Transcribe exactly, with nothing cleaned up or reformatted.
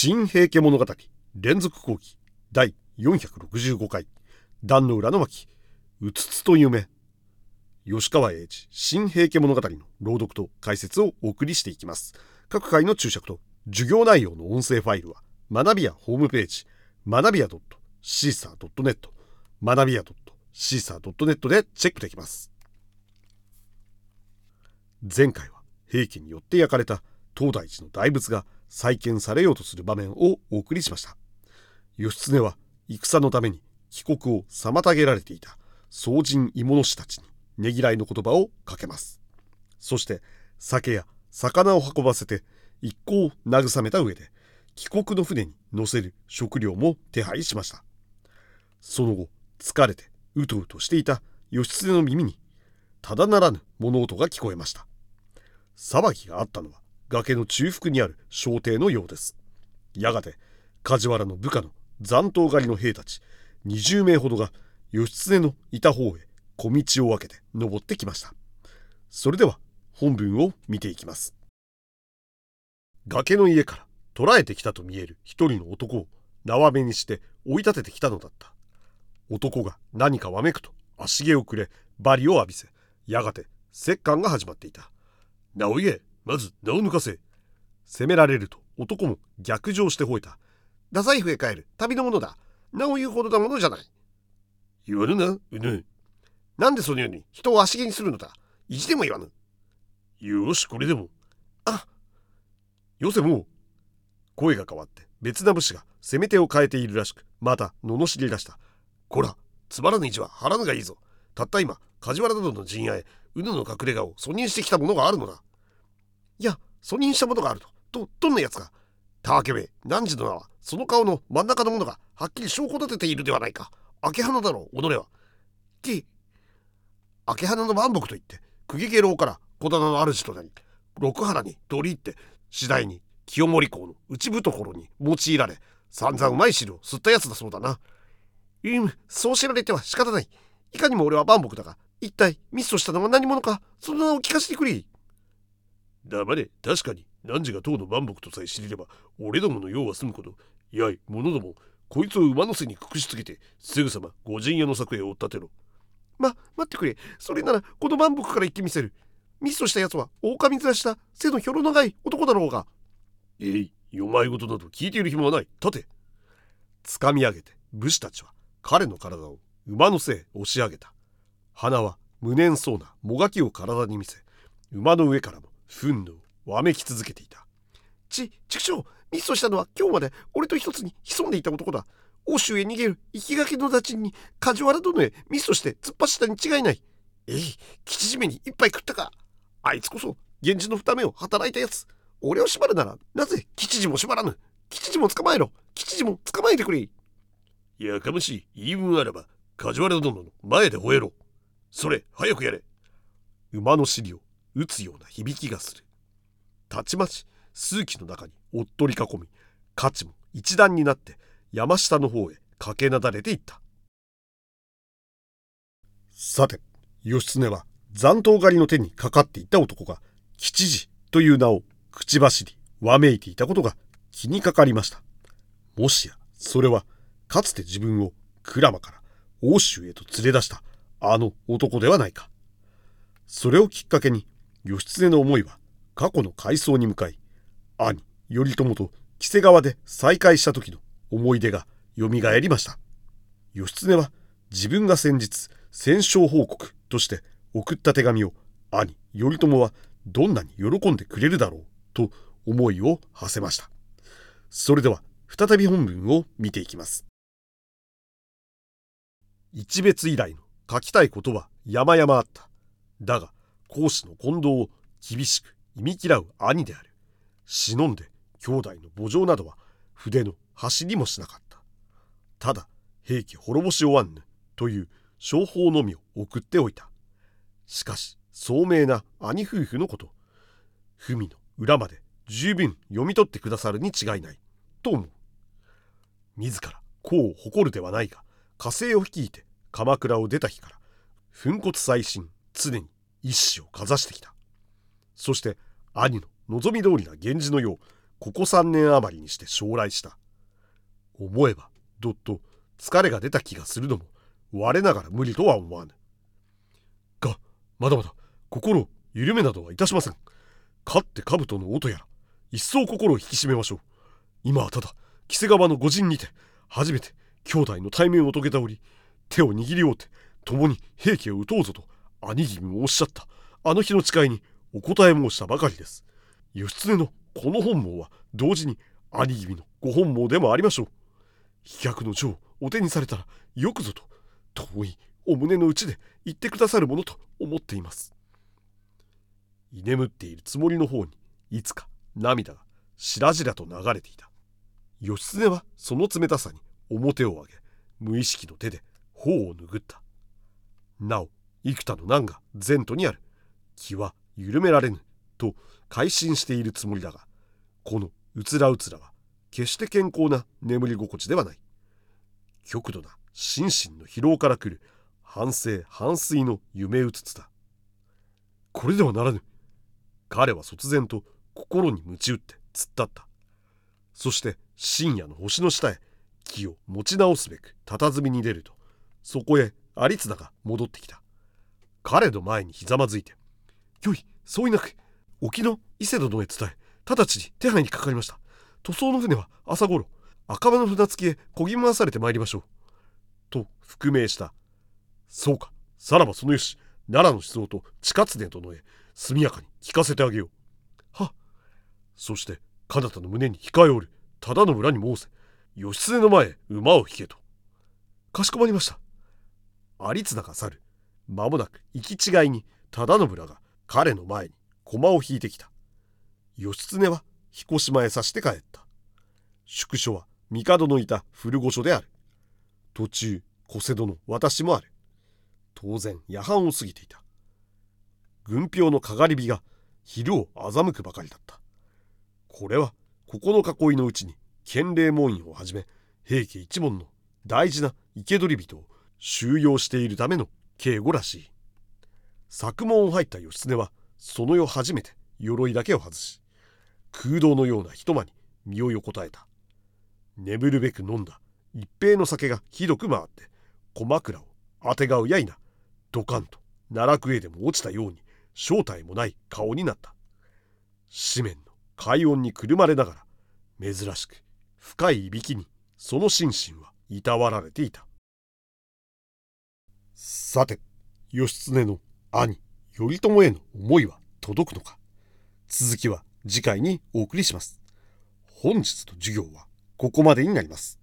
新平家物語連続講義だいよんひゃくろくじゅうごかい壇の浦の巻うつつと夢。吉川英治新平家物語の朗読と解説をお送りしていきます。各回の注釈と授業内容の音声ファイルは学びやホームページ学びや シーサードットネット 学びや シーサードットネット でチェックできます。前回は平家によって焼かれた東大寺の大仏が再建されようとする場面をお送りしました。義経は戦のために帰国を妨げられていた宗人芋の師たちにねぎらいの言葉をかけます。そして酒や魚を運ばせて一行を慰めた上で帰国の船に乗せる食料も手配しました。その後疲れてうとうとしていた義経の耳にただならぬ物音が聞こえました。騒ぎがあったのは崖の中腹にある小邸のようです。やがて梶原の部下の残党狩りの兵たちにじゅうめいほどが義経のいた方へ小道を分けて登ってきました。それでは本文を見ていきます。崖の家から捕らえてきたと見える一人の男を縄目にして追い立ててきたのだった。男が何かわめくと足毛をくれ針を浴びせ、やがて折檻が始まっていた。名を言え、まず名を抜かせ。責められると男も逆上して吠えた。太宰府へ帰る旅の者だ。名を言うほどなものじゃない。言わぬな、うぬ。なんでそのように人を足毛にするのだ。意地でも言わぬ。よし、これでも。あ、よせもう。声が変わって別な武士が攻め手を変えているらしく、また罵り出した。こら、つまらぬ意地は張らぬがいいぞ。たった今梶原殿の陣屋へうぬの隠れ家を訴認してきたものがあるのだ。いや、訴認したものがあると。と、どんなやつか。たわけめ、汝の名はその顔の真ん中のものがはっきり証拠立てているではないか。明花だろう、己は。き、明花の万木といって公家家老から小棚の主となり、六原に取り入って次第に清盛公の内懐に用いられ、散々うまい汁を吸ったやつだそうだな。うん、そう知られては仕方ない。いかにも俺は万木だが、一体ミスをしたのは何者か、その名を聞かせてくれ。黙れ。確かに汝が当の万木とさえ知れれば俺どもの用は済むこと。やい者ども、こいつを馬の背にくくしつけてすぐさま御陣屋の策へ追っ立てろ。ま、待ってくれ。それならこの万木から言ってみせる。ミスをしたやつは狼面した背のひょろ長い男だろうが。えい、よまいごとなど聞いている暇はない。立て。つかみ上げて武士たちは彼の体を馬の背へ押し上げた。鼻は無念そうなもがきを体に見せ、馬の上からも憤怒をわめき続けていた。ち、畜生、ミスをしたのは今日まで俺と一つに潜んでいた男だ。欧州へ逃げる行きがけの駄賃に梶原殿へミスとして突っ走ったに違いない。えい、吉締めに一杯食ったか。あいつこそ源氏の二目を働いたやつ。俺を縛るならなぜ吉次も縛らぬ。吉次も捕まえろ。吉次も捕まえてくれ。やかましい言い分あらば梶原殿の前で吠えろ。それ、早くやれ。馬の尻を打つような響きがする。たちまち数騎の中におっとり囲み、家地も一段になって山下の方へ駆けなだれていった。さて、義経は残党狩りの手にかかっていった男が吉次という名を口走りわめいていたことが気にかかりました。もしやそれはかつて自分を鞍馬から奥州へと連れ出したあの男ではないか。それをきっかけに義経の思いは過去の回想に向かい、兄頼朝と黄瀬川で再会した時の思い出がよみがえりました。義経は自分が先日戦勝報告として送った手紙を兄頼朝はどんなに喜んでくれるだろうと思いを馳せました。それでは再び本文を見ていきます。一別以来の書きたいことは山々あった。だが公私の混同を厳しく忌み嫌う兄である。忍んで兄弟の慕情などは筆の端にもしなかった。ただ平家滅ぼしおわんぬという商法のみを送っておいた。しかし聡明な兄夫婦のこと、文の裏まで十分読み取ってくださるに違いないと思う。自ら功を誇るではないが、家政を率いて鎌倉を出た日から粉骨砕身常に一矢をかざしてきた。そして兄の望み通りな源氏の世をここさんねん余りにして将来した。思えばどっと疲れが出た気がするのも我ながら無理とは思わぬ。がまだまだ心を緩めなどはいたしません。勝って兜の音やら一層心を引き締めましょう。今はただ木瀬川の御陣にて初めて兄弟の対面を遂げた折、手を握り合うて共に平家を討とうぞと兄君もおっしゃったあの日の誓いにお答え申したばかりです。義経のこの本望は同時に兄君のご本望でもありましょう。飛脚の状をお手にされたらよくぞと遠いお胸の内で言ってくださるものと思っています。居眠っているつもりの方にいつか涙がしらじらと流れていた。義経はその冷たさに面を上げ、無意識の手で頬を拭った。なお幾多の難が前途にある。気は緩められぬと改心しているつもりだが、このうつらうつらは決して健康な眠り心地ではない。極度な心身の疲労からくる反省反睡の夢うつつだ。これではならぬ。彼は突然と心に鞭打って突っ立った。そして深夜の星の下へ気を持ち直すべく佇みに出ると、そこへ有綱が戻ってきた。彼の前にひざまずいて、よい、そういなく沖の伊勢殿へ伝え直ちに手配にかかりました。塗装の船は朝ごろ赤羽の船着きへ漕ぎ回されてまいりましょうと覆命した。そうか、さらばそのよし、奈良の思想と近常殿へ速やかに聞かせてあげよう。はっ。そして彼方の胸に控えおる忠信らに申せ、義経の前へ馬を引けと。かしこまりました。有綱が去る間もなく行き違いに忠信らが彼の前に駒を引いてきた。義経は彦島へ差して帰った。宿所は帝のいた古御所である。途中小瀬戸の私もある。当然夜半を過ぎていた。軍兵のかがり火が昼を欺くばかりだった。これはここの囲いのうちに建礼門院をはじめ平家一門の大事な生け捕り人を収容しているための警護らしい。作門を入った義経はその夜初めて鎧だけを外し、空洞のような一間に身を横たえた。眠るべく飲んだ一杯の酒がひどく回って小枕をあてがうやいな、ドカンと奈落へでも落ちたように正体もない顔になった。紙面の快音にくるまれながら珍しく深いいびきにその心身はいたわられていた。さて義経の兄頼朝への思いは届くのか。続きは次回にお送りします。本日の授業はここまでになります。